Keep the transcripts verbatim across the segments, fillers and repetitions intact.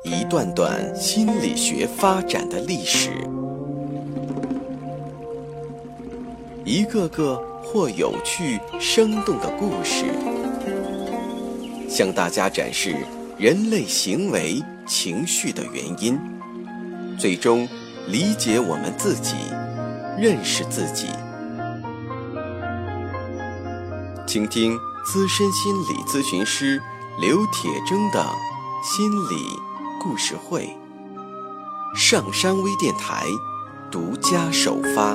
一段段心理学发展的历史，一个个或有趣生动的故事，向大家展示人类行为情绪的原因，最终理解我们自己，认识自己。请听资深心理咨询师刘铁铮的心理故事会，上山微电台独家首发。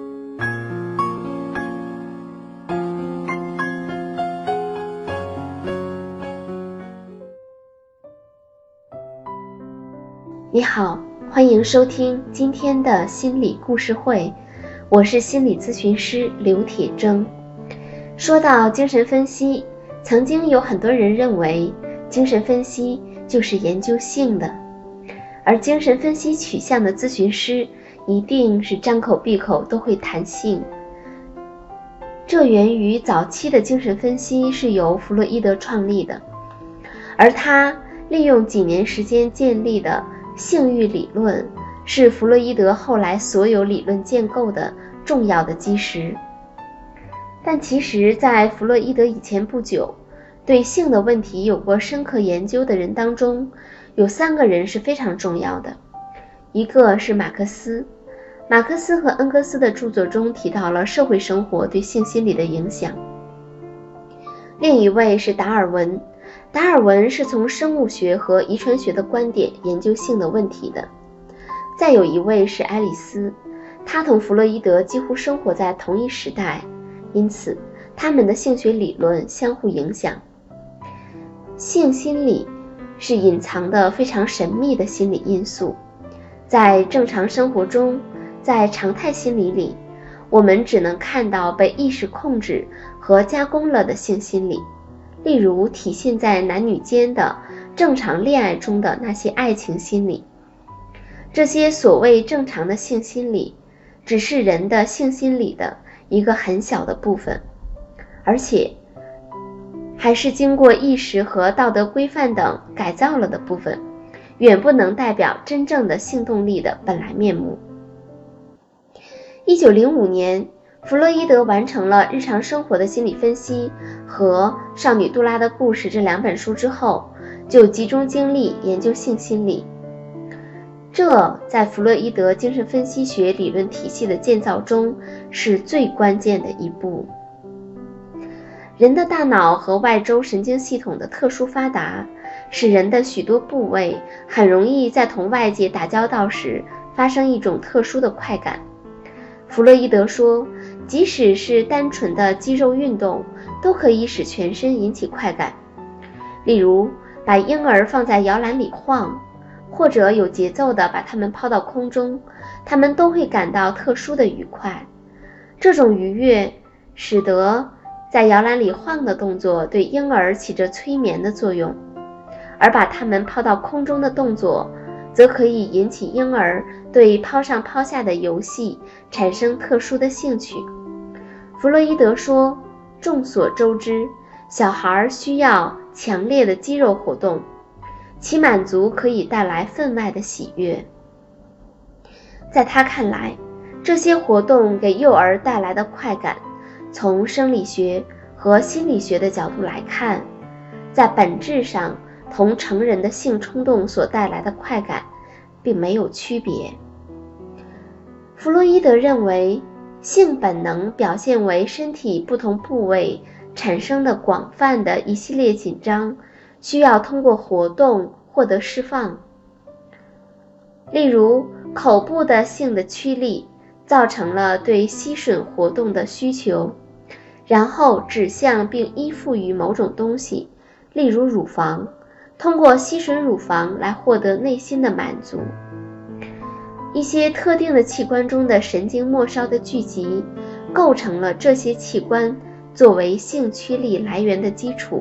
你好，欢迎收听今天的心理故事会，我是心理咨询师刘铁铮。说到精神分析，曾经有很多人认为精神分析就是研究性的，而精神分析取向的咨询师一定是张口闭口都会谈性。这源于早期的精神分析是由弗洛伊德创立的，而他利用几年时间建立的性欲理论是弗洛伊德后来所有理论建构的重要的基石。但其实在弗洛伊德以前不久，对性的问题有过深刻研究的人当中，有三个人是非常重要的。一个是马克思，马克思和恩格斯的著作中提到了社会生活对性心理的影响。另一位是达尔文，达尔文是从生物学和遗传学的观点研究性的问题的。再有一位是爱丽丝，她同弗洛伊德几乎生活在同一时代，因此他们的性学理论相互影响。性心理是隐藏的非常神秘的心理因素，在正常生活中，在常态心理里，我们只能看到被意识控制和加工了的性心理，例如体现在男女间的正常恋爱中的那些爱情心理。这些所谓正常的性心理只是人的性心理的一个很小的部分，而且还是经过意识和道德规范等改造了的部分，远不能代表真正的性动力的本来面目。一九零五年，弗洛伊德完成了《日常生活的心理分析》和《少女杜拉的故事》这两本书之后，就集中精力研究性心理。这在弗洛伊德精神分析学理论体系的建造中是最关键的一步。人的大脑和外周神经系统的特殊发达，使人的许多部位很容易在同外界打交道时发生一种特殊的快感。弗洛伊德说，即使是单纯的肌肉运动都可以使全身引起快感，例如把婴儿放在摇篮里晃，或者有节奏地把它们抛到空中，他们都会感到特殊的愉快。这种愉悦使得在摇篮里晃的动作对婴儿起着催眠的作用，而把它们抛到空中的动作则可以引起婴儿对抛上抛下的游戏产生特殊的兴趣。弗洛伊德说，众所周知，小孩需要强烈的肌肉活动，其满足可以带来分外的喜悦。在他看来，这些活动给幼儿带来的快感，从生理学和心理学的角度来看，在本质上同成人的性冲动所带来的快感并没有区别。弗洛伊德认为，性本能表现为身体不同部位产生的广泛的一系列紧张，需要通过活动获得释放。例如，口部的性的驱力造成了对吸吮活动的需求，然后指向并依附于某种东西，例如乳房，通过吸吮乳房来获得内心的满足。一些特定的器官中的神经末梢的聚集，构成了这些器官作为性驱力来源的基础。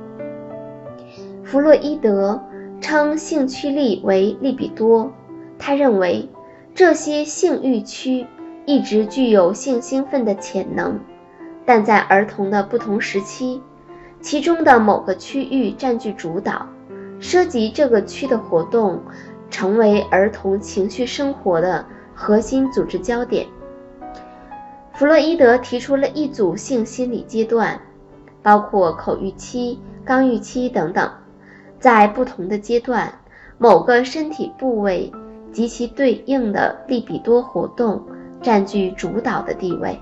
弗洛伊德称性驱力为利比多，他认为这些性欲区一直具有性兴奋的潜能，但在儿童的不同时期，其中的某个区域占据主导， 涉及这个区的活动成为儿童情绪生活的核心组织焦点。弗洛伊德提出了一组性心理阶段，包括口欲期、刚欲期等等，在不同的阶段，某个身体部位及其对应的利比多活动占据主导的地位。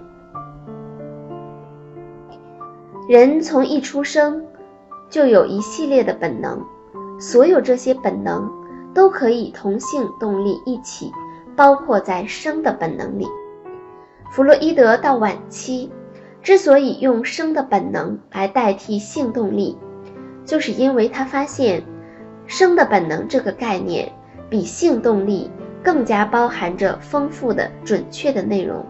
人从一出生就有一系列的本能，所有这些本能都可以同性动力一起包括在生的本能里。弗洛伊德到晚期之所以用生的本能来代替性动力，就是因为他发现生的本能这个概念比性动力更加包含着丰富的准确的内容。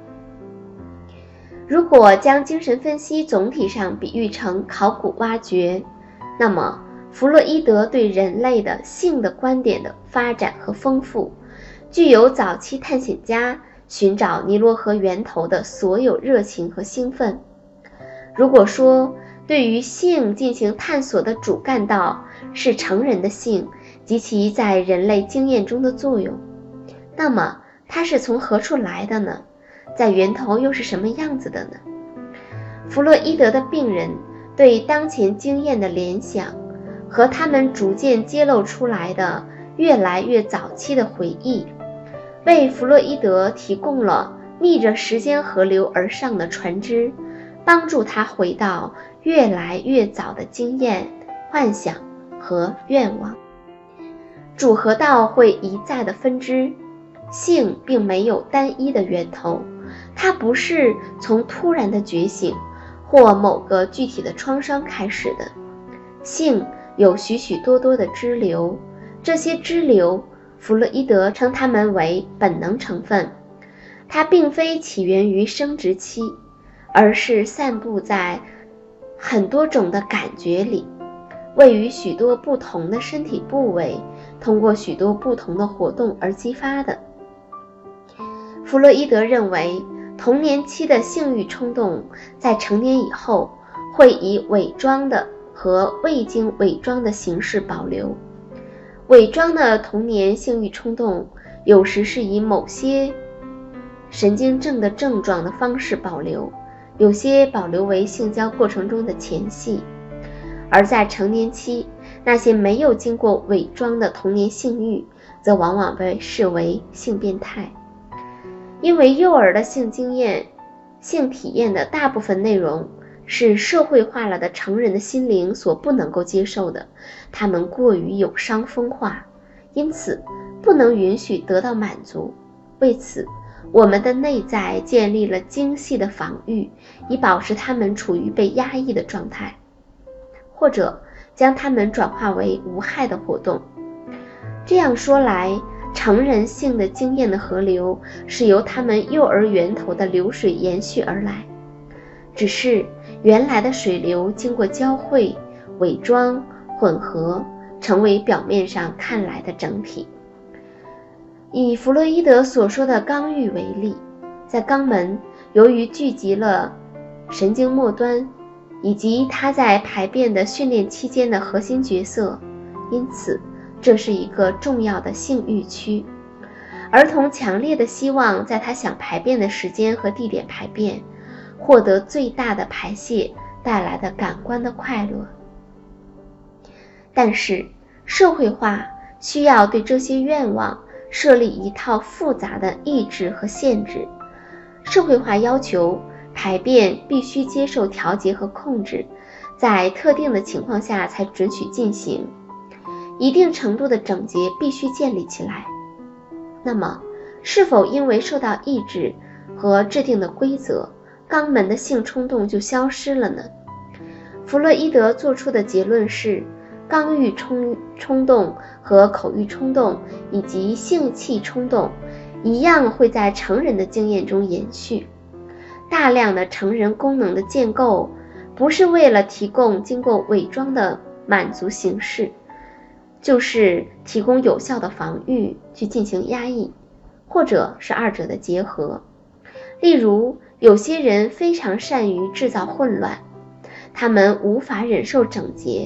如果将精神分析总体上比喻成考古挖掘，那么弗洛伊德对人类的性的观点的发展和丰富，具有早期探险家寻找尼罗河源头的所有热情和兴奋。如果说对于性进行探索的主干道是成人的性及其在人类经验中的作用，那么它是从何处来的呢？在源头又是什么样子的呢？弗洛伊德的病人对当前经验的联想和他们逐渐揭露出来的越来越早期的回忆，为弗洛伊德提供了逆着时间河流而上的船只，帮助他回到越来越早的经验、幻想和愿望。主河道会一再的分支，性并没有单一的源头，它不是从突然的觉醒或某个具体的创伤开始的。性有许许多多的支流，这些支流弗洛伊德称它们为本能成分，它并非起源于生殖期，而是散布在很多种的感觉里，位于许多不同的身体部位，通过许多不同的活动而激发的。弗洛伊德认为，童年期的性欲冲动在成年以后会以伪装的和未经伪装的形式保留。伪装的童年性欲冲动有时是以某些神经症的症状的方式保留，有些保留为性交过程中的前戏。而在成年期，那些没有经过伪装的童年性欲则往往被视为性变态。因为幼儿的性经验、性体验的大部分内容是社会化了的成人的心灵所不能够接受的，他们过于有伤风化，因此不能允许得到满足。为此，我们的内在建立了精细的防御，以保持他们处于被压抑的状态，或者将它们转化为无害的活动。这样说来，成人性的经验的河流是由他们幼儿源头的流水延续而来，只是原来的水流经过交汇、伪装、混合，成为表面上看来的整体。以弗洛伊德所说的肛欲为例，在肛门由于聚集了神经末端以及他在排便的训练期间的核心角色，因此这是一个重要的性欲区。儿童强烈的希望在他想排便的时间和地点排便，获得最大的排泄带来的感官的快乐。但是社会化需要对这些愿望设立一套复杂的抑制和限制。社会化要求排便必须接受调节和控制，在特定的情况下才准许进行，一定程度的整洁必须建立起来。那么是否因为受到抑制和制定的规则，肛门的性冲动就消失了呢？弗洛伊德做出的结论是，肛欲冲冲动和口欲冲动以及性器冲动一样会在成人的经验中延续。大量的成人功能的建构不是为了提供经过伪装的满足形式，就是提供有效的防御去进行压抑，或者是二者的结合。例如，有些人非常善于制造混乱，他们无法忍受整洁，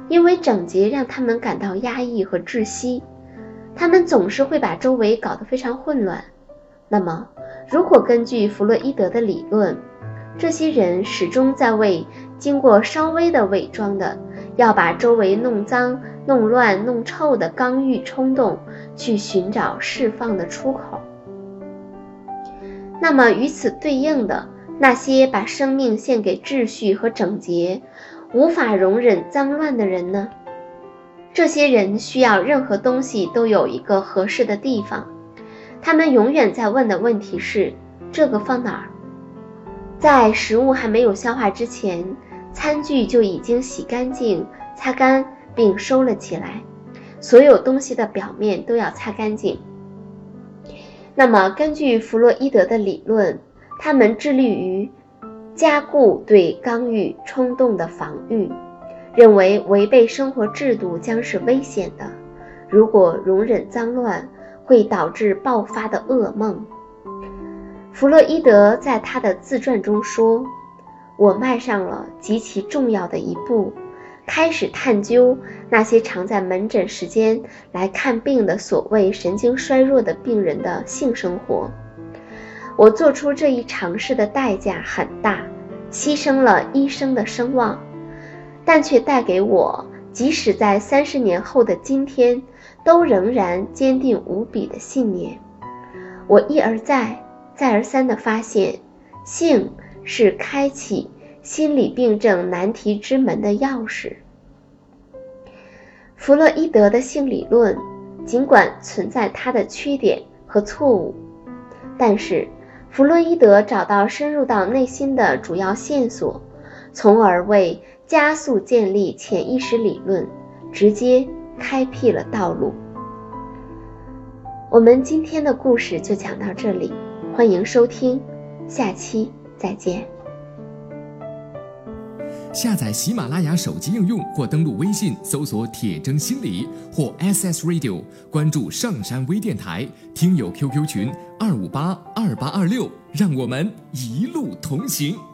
因为整洁让他们感到压抑和窒息，他们总是会把周围搞得非常混乱。那么，如果根据弗洛伊德的理论，这些人始终在为经过稍微的伪装的要把周围弄脏、弄乱、弄臭的刚欲冲动去寻找释放的出口。那么与此对应的，那些把生命献给秩序和整洁，无法容忍脏乱的人呢？这些人需要任何东西都有一个合适的地方，他们永远在问的问题是：这个放哪儿？在食物还没有消化之前，餐具就已经洗干净、擦干并收了起来，所有东西的表面都要擦干净。那么根据弗洛伊德的理论，他们致力于加固对刚欲冲动的防御，认为违背生活制度将是危险的，如果容忍脏乱会导致爆发的噩梦。弗洛伊德在他的自传中说，我迈上了极其重要的一步，开始探究那些常在门诊时间来看病的所谓神经衰弱的病人的性生活。我做出这一尝试的代价很大，牺牲了医生的声望，但却带给我即使在三十年后的今天都仍然坚定无比的信念。我一而再再而三地发现，性是开启心理病症难题之门的钥匙。弗洛伊德的性理论尽管存在它的缺点和错误，但是弗洛伊德找到深入到内心的主要线索，从而为加速建立潜意识理论直接开辟了道路。我们今天的故事就讲到这里，欢迎收听，下期再见。 下载喜马拉雅手机应用或登录微信搜索铁铮心理或 S S Radio， 关注上山微电台，听友 Q Q 群二五八二八二六，让我们一路同行。